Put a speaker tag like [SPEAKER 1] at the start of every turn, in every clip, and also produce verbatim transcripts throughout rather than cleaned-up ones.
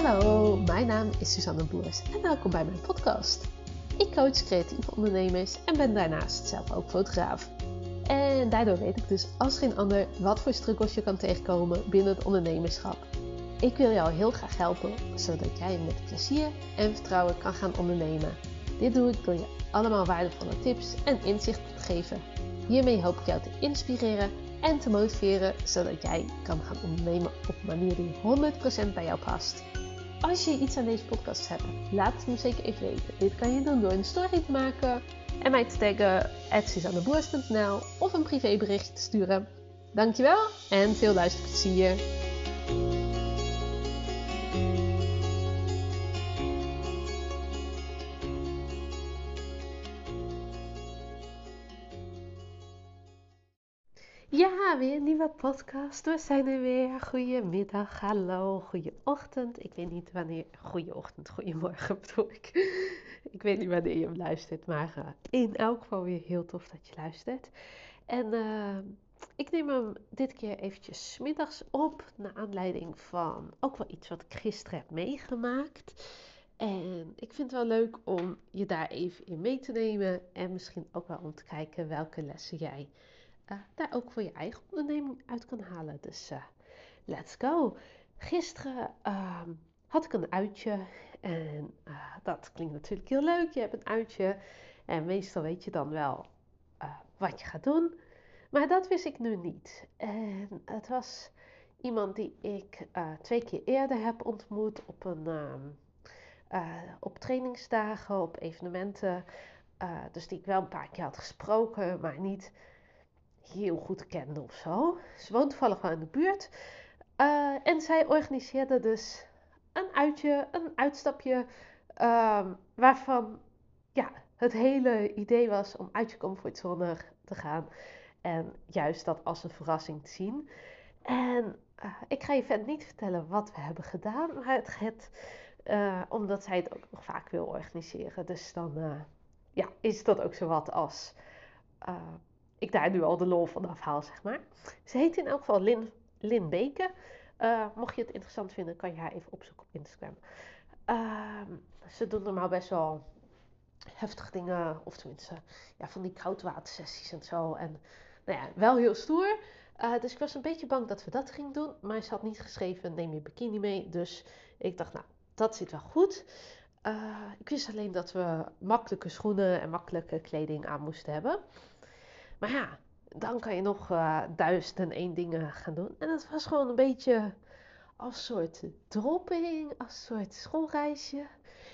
[SPEAKER 1] Hallo, mijn naam is Suzanne Boers en welkom bij mijn podcast. Ik coach creatieve ondernemers en ben daarnaast zelf ook fotograaf. En daardoor weet ik dus als geen ander wat voor struggles je kan tegenkomen binnen het ondernemerschap. Ik wil jou heel graag helpen, zodat jij met plezier en vertrouwen kan gaan ondernemen. Dit doe ik door je allemaal waardevolle tips en inzichten te geven. Hiermee hoop ik jou te inspireren en te motiveren, zodat jij kan gaan ondernemen op een manier die honderd procent bij jou past. Als je iets aan deze podcast hebt, laat het me zeker even weten. Dit kan je doen door een story te maken en mij te taggen at suzanneboers punt n l of een privébericht te sturen. Dankjewel en veel luisterplezier. Ja, weer een nieuwe podcast. We zijn er weer. Goedemiddag, hallo, goeieochtend. Ik weet niet wanneer... Goeieochtend, goeiemorgen bedoel ik. Ik weet niet wanneer je hem luistert, maar uh, in elk geval weer heel tof dat je luistert. En uh, ik neem hem dit keer eventjes 's middags op, naar aanleiding van ook wel iets wat ik gisteren heb meegemaakt. En ik vind het wel leuk om je daar even in mee te nemen en misschien ook wel om te kijken welke lessen jij Uh, daar ook voor je eigen onderneming uit kan halen. Dus uh, let's go. Gisteren uh, had ik een uitje en uh, dat klinkt natuurlijk heel leuk. Je hebt een uitje en meestal weet je dan wel uh, wat je gaat doen. Maar dat wist ik nu niet. En het was iemand die ik uh, twee keer eerder heb ontmoet op, een, uh, uh, op trainingsdagen, op evenementen. Uh, dus die ik wel een paar keer had gesproken, maar niet heel goed kende of zo. Ze woont toevallig wel in de buurt. Uh, en zij organiseerde dus een uitje, een uitstapje, um, waarvan ja, het hele idee was om uit je comfortzone te gaan. En juist dat als een verrassing te zien. En uh, ik ga je verder niet vertellen wat we hebben gedaan, maar het gaat, uh, omdat zij het ook nog vaak wil organiseren. Dus dan uh, ja, is dat ook zo wat als... Uh, ik daar nu al de lol van afhaal, zeg maar. Ze heet in elk geval Lin, Lin Beke. Uh, mocht je het interessant vinden, kan je haar even opzoeken op Instagram. Uh, ze doen normaal best wel heftige dingen, of tenminste ja, van die koudwatersessies en zo. En nou ja, wel heel stoer. Uh, dus ik was een beetje bang dat we dat gingen doen. Maar ze had niet geschreven, neem je bikini mee. Dus ik dacht, nou, dat zit wel goed. Uh, ik wist alleen dat we makkelijke schoenen en makkelijke kleding aan moesten hebben. Maar ja, dan kan je nog uh, duizend en één dingen gaan doen. En het was gewoon een beetje als soort dropping, als soort schoolreisje.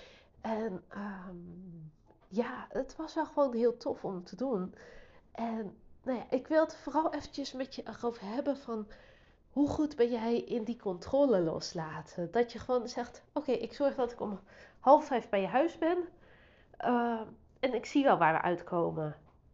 [SPEAKER 1] En um, ja, het was wel gewoon heel tof om te doen. En nou ja, ik wil het vooral eventjes met je erover hebben van... Hoe goed ben jij in die controle loslaten? Dat je gewoon zegt, oké, okay, ik zorg dat ik om half vijf bij je huis ben. Uh, en ik zie wel waar we uitkomen.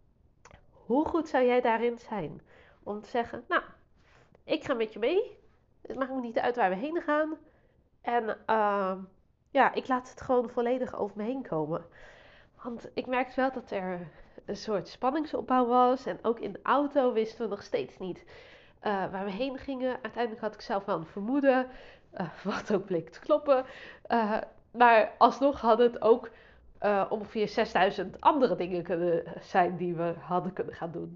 [SPEAKER 1] Hoe goed zou jij daarin zijn? Om te zeggen, nou, ik ga met je mee. Het maakt me niet uit waar we heen gaan. En uh, ja, ik laat het gewoon volledig over me heen komen. Want ik merkte wel dat er een soort spanningsopbouw was. En ook in de auto wisten we nog steeds niet uh, waar we heen gingen. Uiteindelijk had ik zelf wel een vermoeden. Uh, wat ook bleek te kloppen. Uh, maar alsnog had het ook... Uh, ongeveer zesduizend andere dingen kunnen zijn die we hadden kunnen gaan doen.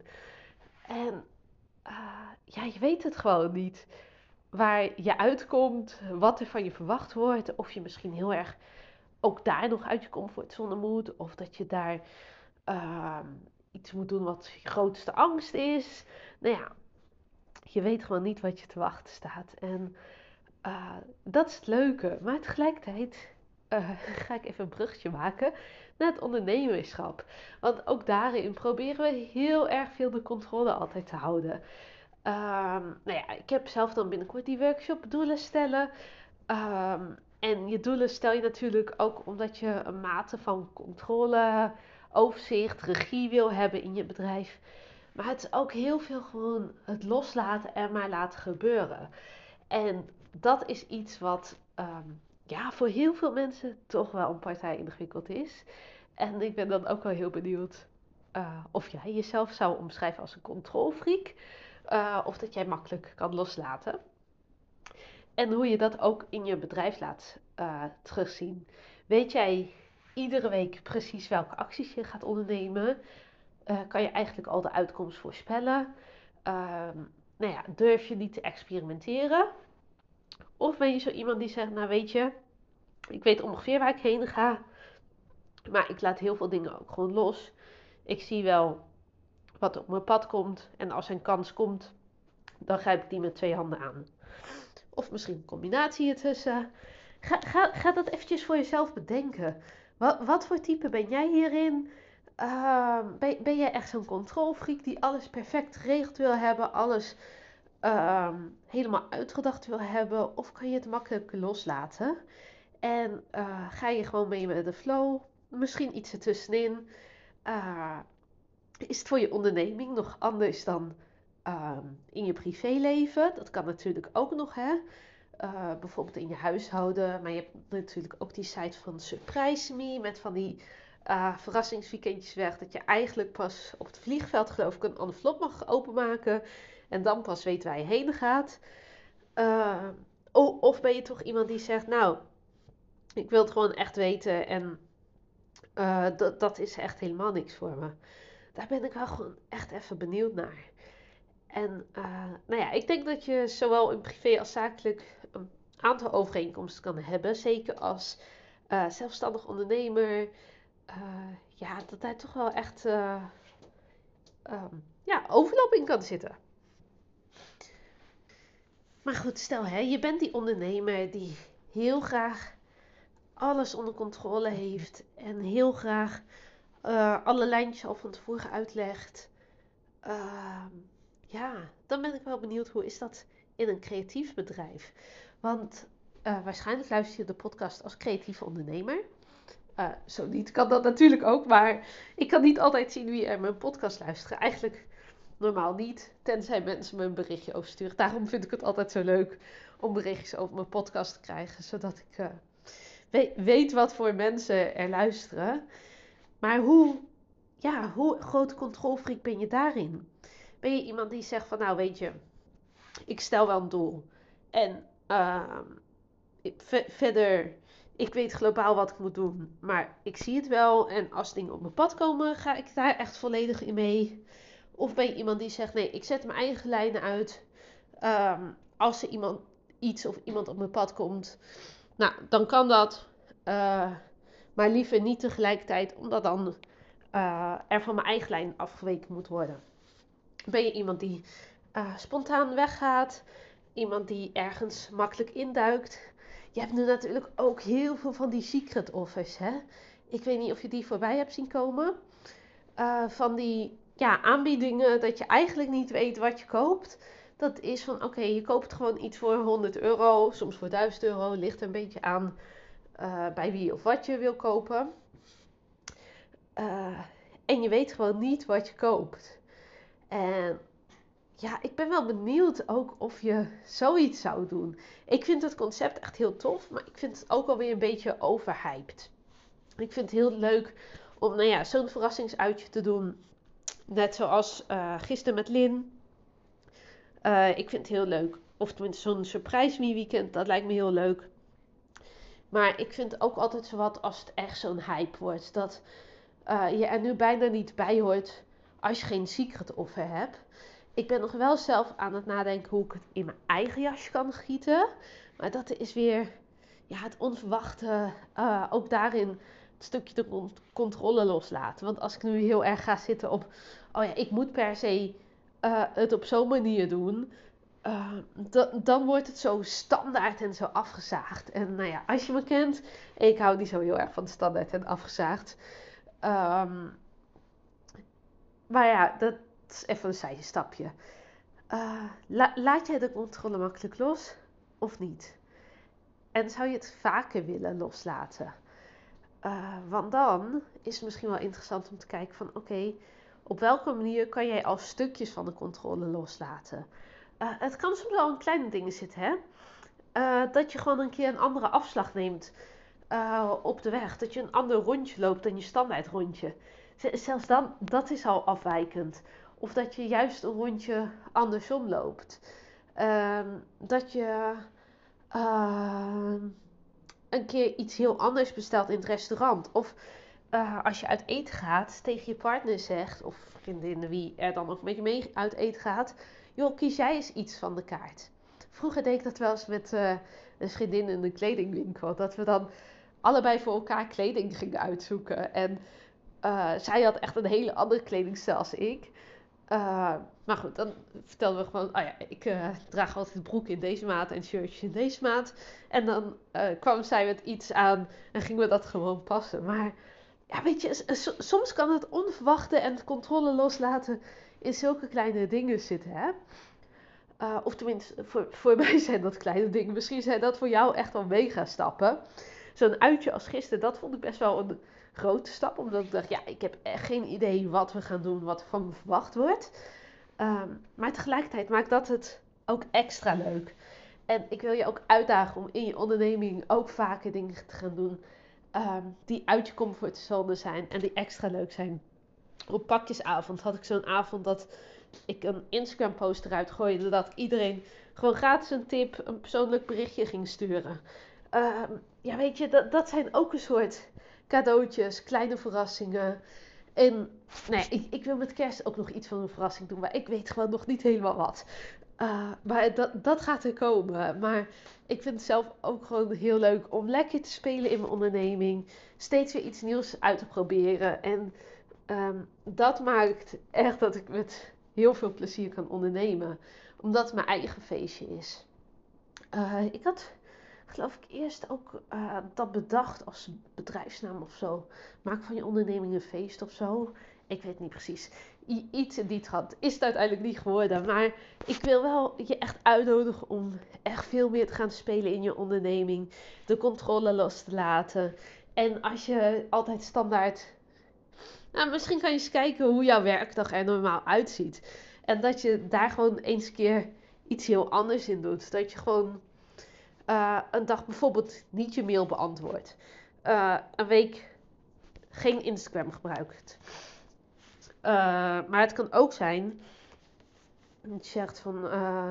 [SPEAKER 1] En uh, ja, je weet het gewoon niet. Waar je uitkomt, wat er van je verwacht wordt. Of je misschien heel erg ook daar nog uit je comfortzone moet. Of dat je daar uh, iets moet doen wat je grootste angst is. Nou ja, je weet gewoon niet wat je te wachten staat. En uh, dat is het leuke. Maar tegelijkertijd... Uh, ga ik even een bruggetje maken naar het ondernemerschap. Want ook daarin proberen we heel erg veel de controle altijd te houden. Um, nou ja, ik heb zelf dan binnenkort die workshop doelen stellen. Um, en je doelen stel je natuurlijk ook omdat je een mate van controle, overzicht, regie wil hebben in je bedrijf. Maar het is ook heel veel gewoon het loslaten en maar laten gebeuren. En dat is iets wat... Um, ja, voor heel veel mensen toch wel een partij ingewikkeld is. En ik ben dan ook wel heel benieuwd uh, of jij jezelf zou omschrijven als een controlfreak. Uh, of dat jij makkelijk kan loslaten. en hoe je dat ook in je bedrijf laat uh, terugzien. Weet jij iedere week precies welke acties je gaat ondernemen? Uh, kan je eigenlijk al de uitkomst voorspellen? Uh, nou ja, durf je niet te experimenteren? Of ben je zo iemand die zegt, nou weet je, ik weet ongeveer waar ik heen ga, maar ik laat heel veel dingen ook gewoon los. Ik zie wel wat op mijn pad komt en als er een kans komt, dan grijp ik die met twee handen aan. Of misschien een combinatie ertussen. Ga, ga, ga dat eventjes voor jezelf bedenken. Wat, wat voor type ben jij hierin? Uh, ben, ben jij echt zo'n controlfreak die alles perfect geregeld wil hebben, alles uh, helemaal uitgedacht wil hebben? Of kan je het makkelijk loslaten? En uh, ga je gewoon mee met de flow? Misschien iets ertussenin. Uh, is het voor je onderneming nog anders dan uh, in je privéleven? Dat kan natuurlijk ook nog, hè? Uh, bijvoorbeeld in je huishouden. Maar je hebt natuurlijk ook die site van Surprise Me. Met van die uh, verrassingsweekendjes weg. Dat je eigenlijk pas op het vliegveld, geloof ik, een envelop mag openmaken. En dan pas weet waar je heen gaat. Uh, of ben je toch iemand die zegt, nou, ik wil het gewoon echt weten. En uh, dat, dat is echt helemaal niks voor me. Daar ben ik wel gewoon echt even benieuwd naar. En uh, nou ja, ik denk dat je zowel in privé als zakelijk een aantal overeenkomsten kan hebben. Zeker als uh, zelfstandig ondernemer. Uh, ja, dat daar toch wel echt uh, um, ja, overlap in kan zitten. Maar goed, stel hè, je bent die ondernemer die heel graag alles onder controle heeft. En heel graag uh, alle lijntjes al van tevoren uitlegt. Uh, ja, dan ben ik wel benieuwd, hoe is dat in een creatief bedrijf? Want uh, waarschijnlijk luister je de podcast als creatieve ondernemer. Uh, zo niet kan dat natuurlijk ook, maar ik kan niet altijd zien wie er mijn podcast luisteren. Eigenlijk normaal niet, tenzij mensen me een berichtje over sturen. Daarom vind ik het altijd zo leuk om berichtjes over mijn podcast te krijgen, zodat ik uh, weet, weet wat voor mensen er luisteren. Maar hoe, ja, hoe groot controlfreak ben je daarin? Ben je iemand die zegt van, nou weet je, ik stel wel een doel. En uh, v- verder, ik weet globaal wat ik moet doen. Maar ik zie het wel. En als dingen op mijn pad komen, ga ik daar echt volledig in mee. Of ben je iemand die zegt, nee, ik zet mijn eigen lijnen uit. Um, als er iemand, iets of iemand op mijn pad komt, nou, dan kan dat. Uh, maar liever niet tegelijkertijd, omdat dan uh, er van mijn eigen lijn afgeweken moet worden. Ben je iemand die uh, spontaan weggaat? Iemand die ergens makkelijk induikt? Je hebt nu natuurlijk ook heel veel van die secret offers, hè? Ik weet niet of je die voorbij hebt zien komen. Uh, van die ja, aanbiedingen dat je eigenlijk niet weet wat je koopt. Dat is van, oké, okay, je koopt gewoon iets voor honderd euro, soms voor duizend euro. Ligt er een beetje aan uh, bij wie of wat je wil kopen. Uh, en je weet gewoon niet wat je koopt. En ja, ik ben wel benieuwd ook of je zoiets zou doen. Ik vind het concept echt heel tof, maar ik vind het ook alweer een beetje overhyped. Ik vind het heel leuk om, nou ja, zo'n verrassingsuitje te doen. Net zoals uh, gisteren met Lin. Uh, ik vind het heel leuk. Of tenminste zo'n surprise me weekend, dat lijkt me heel leuk. Maar ik vind ook altijd zo wat als het echt zo'n hype wordt. Dat uh, je er nu bijna niet bij hoort als je geen secret offer hebt. Ik ben nog wel zelf aan het nadenken hoe ik het in mijn eigen jasje kan gieten. Maar dat is weer ja, het onverwachte. Uh, ook daarin het stukje de cont- controle loslaten. Want als ik nu heel erg ga zitten op, oh ja, ik moet per se uh, het op zo'n manier doen. Uh, d- dan wordt het zo standaard en zo afgezaagd. En nou ja, als je me kent, ik hou niet zo heel erg van standaard en afgezaagd. Um, maar ja, dat is even een zijstapje. Uh, la- laat jij de controle makkelijk los of niet? En zou je het vaker willen loslaten? Uh, want dan is het misschien wel interessant om te kijken van oké, okay, op welke manier kan jij al stukjes van de controle loslaten? Uh, het kan soms wel in kleine dingen zitten, hè? Uh, dat je gewoon een keer een andere afslag neemt uh, op de weg. Dat je een ander rondje loopt dan je standaard rondje. Zelfs dan, dat is al afwijkend. Of dat je juist een rondje andersom loopt. Uh, dat je uh, een keer iets heel anders bestelt in het restaurant. Of uh, als je uit eten gaat, tegen je partner zegt, of vriendinnen wie er dan ook met je mee uit eten gaat, joh, kies jij eens iets van de kaart. Vroeger deed ik dat wel eens met uh, een vriendin in een kledingwinkel. Dat we dan allebei voor elkaar kleding gingen uitzoeken. En uh, zij had echt een hele andere kledingstijl als ik. Uh, maar goed, dan vertelden we gewoon, oh ja, ik uh, draag altijd broek in deze maat en shirtjes in deze maat. En dan uh, kwam zij met iets aan en gingen we dat gewoon passen. Maar ja, weet je, s- soms kan het onverwachte en het controle loslaten in zulke kleine dingen zitten, hè. Uh, of tenminste, voor, voor mij zijn dat kleine dingen. Misschien zijn dat voor jou echt wel mega stappen. Zo'n uitje als gisteren, dat vond ik best wel een grote stap. Omdat ik dacht, ja, ik heb echt geen idee wat we gaan doen, wat van me verwacht wordt. Um, maar tegelijkertijd maakt dat het ook extra leuk. En ik wil je ook uitdagen om in je onderneming ook vaker dingen te gaan doen um, die uit je comfortzone zijn en die extra leuk zijn. Op pakjesavond had ik zo'n avond dat ik een Instagram post eruit gooide dat iedereen gewoon gratis een tip, een persoonlijk berichtje ging sturen. Uh, ja, weet je, dat, dat zijn ook een soort cadeautjes, kleine verrassingen. En nee, ik, ik wil met kerst ook nog iets van een verrassing doen, maar ik weet gewoon nog niet helemaal wat. Uh, maar dat, dat gaat er komen. Maar ik vind het zelf ook gewoon heel leuk om lekker te spelen in mijn onderneming. Steeds weer iets nieuws uit te proberen. En um, dat maakt echt dat ik met heel veel plezier kan ondernemen. Omdat het mijn eigen feestje is. Uh, ik had, geloof ik, eerst ook uh, dat bedacht als bedrijfsnaam of zo. Maak van je onderneming een feest of zo. Ik weet niet precies. I- iets in die trant is het uiteindelijk niet geworden. Maar ik wil wel je echt uitnodigen om echt veel meer te gaan spelen in je onderneming. De controle los te laten. En als je altijd standaard... Nou, misschien kan je eens kijken hoe jouw werkdag er normaal uitziet. En dat je daar gewoon eens een keer iets heel anders in doet. Dat je gewoon uh, een dag bijvoorbeeld niet je mail beantwoordt. Uh, een week geen Instagram gebruikt. Uh, maar het kan ook zijn dat je zegt van... Uh,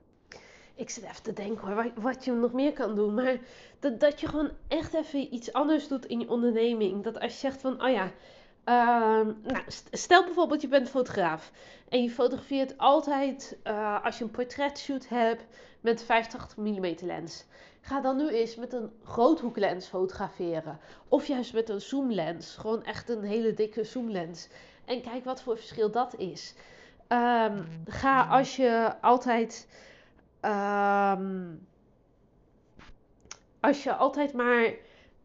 [SPEAKER 1] ik zit even te denken hoor, wat je nog meer kan doen. Maar dat, dat je gewoon echt even iets anders doet in je onderneming. Dat als je zegt van, oh ja... Uh, nou, stel bijvoorbeeld je bent fotograaf en je fotografeert altijd uh, als je een portretshoot hebt met vijfentachtig millimeter lens. Ga dan nu eens met een groothoeklens fotograferen of juist met een zoomlens, gewoon echt een hele dikke zoomlens. En kijk wat voor verschil dat is. Um, ga als je altijd um, als je altijd maar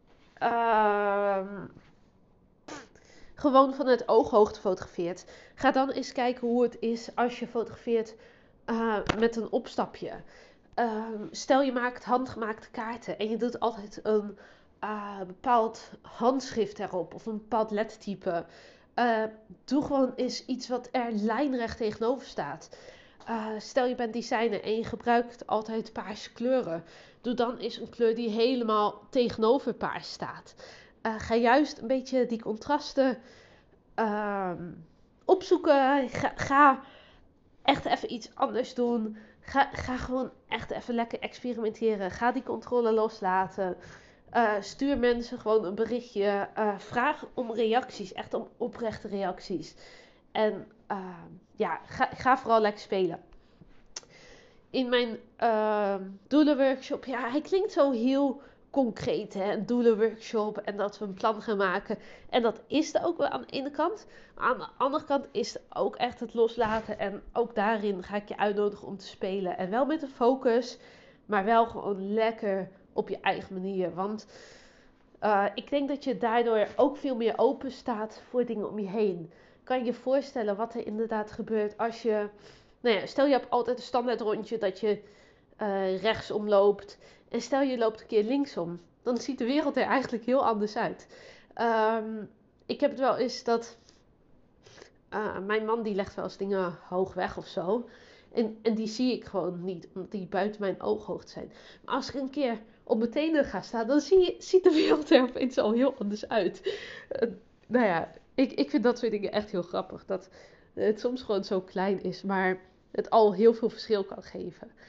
[SPEAKER 1] uh, gewoon vanuit ooghoogte fotografeert. Ga dan eens kijken hoe het is als je fotografeert uh, met een opstapje. Uh, stel je maakt handgemaakte kaarten en je doet altijd een uh, bepaald handschrift erop of een bepaald lettertype. Uh, doe gewoon eens iets wat er lijnrecht tegenover staat. Uh, stel je bent designer en je gebruikt altijd paarse kleuren. Doe dan eens een kleur die helemaal tegenover paars staat. Uh, ga juist een beetje die contrasten uh, opzoeken. Ga, ga echt even iets anders doen. Ga, ga gewoon echt even lekker experimenteren. Ga die controle loslaten. Uh, stuur mensen gewoon een berichtje. Uh, vraag om reacties. Echt om oprechte reacties. En uh, ja, ga, ga vooral lekker spelen. In mijn uh, doelenworkshop, ja, hij klinkt zo heel concreet, hè, een doelenworkshop en dat we een plan gaan maken. En dat is er ook wel aan de ene kant. Maar aan de andere kant is het ook echt het loslaten. En ook daarin ga ik je uitnodigen om te spelen. En wel met een focus, maar wel gewoon lekker op je eigen manier. Want uh, ik denk dat je daardoor ook veel meer open staat voor dingen om je heen. Kan je je voorstellen wat er inderdaad gebeurt als je... Nou ja, stel je hebt altijd een standaard rondje dat je uh, rechtsom loopt. En stel je loopt een keer linksom. Dan ziet de wereld er eigenlijk heel anders uit. Um, ik heb het wel eens dat... Uh, mijn man die legt wel eens dingen hoog weg of zo. En, en die zie ik gewoon niet, omdat die buiten mijn ooghoogte zijn. Maar als ik een keer op mijn tenen ga staan, dan zie je, ziet de wereld er opeens al heel anders uit. Uh, nou ja, ik, ik vind dat soort dingen echt heel grappig. Dat het soms gewoon zo klein is, maar het al heel veel verschil kan geven.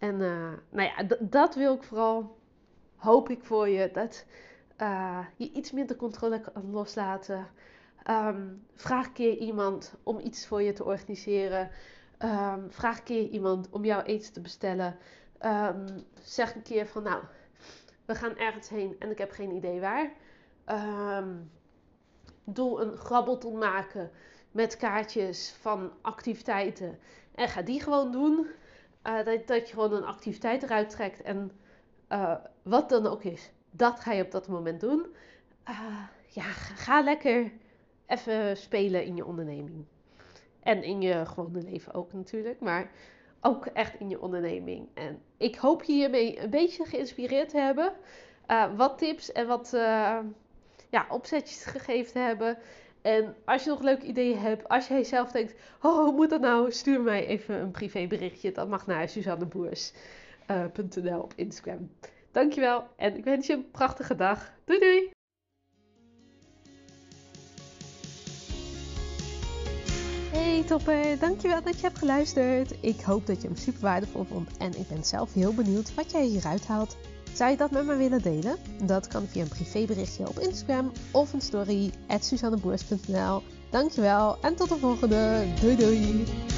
[SPEAKER 1] En uh, nou ja, d- dat wil ik vooral, hoop ik voor je, dat uh, je iets minder controle kan loslaten. Um, vraag een keer iemand om iets voor je te organiseren. Um, vraag een keer iemand om jouw eten te bestellen. Um, zeg een keer van nou, we gaan ergens heen en ik heb geen idee waar. Um, doe een grabbelton maken met kaartjes van activiteiten. En ga die gewoon doen. Uh, dat, dat je gewoon een activiteit eruit trekt. En uh, wat dan ook is, dat ga je op dat moment doen. Uh, ja, ga, ga lekker even spelen in je onderneming. En in je gewone leven ook natuurlijk. Maar ook echt in je onderneming. En ik hoop je hiermee een beetje geïnspireerd te hebben. Uh, wat tips en wat uh, ja, opzetjes gegeven te hebben. En als je nog leuke ideeën hebt, als jij zelf denkt, oh, hoe moet dat nou? Stuur mij even een privéberichtje. Dat mag naar Suzanne Boers punt n l op Instagram. Dankjewel en ik wens je een prachtige dag. Doei doei! Hey topper, dankjewel dat je hebt geluisterd. Ik hoop dat je hem super waardevol vond en ik ben zelf heel benieuwd wat jij hieruit haalt. Zou je dat met me willen delen? Dat kan via een privéberichtje op Instagram of een story at suzanneboers punt n l. Dankjewel en tot de volgende. Doei doei!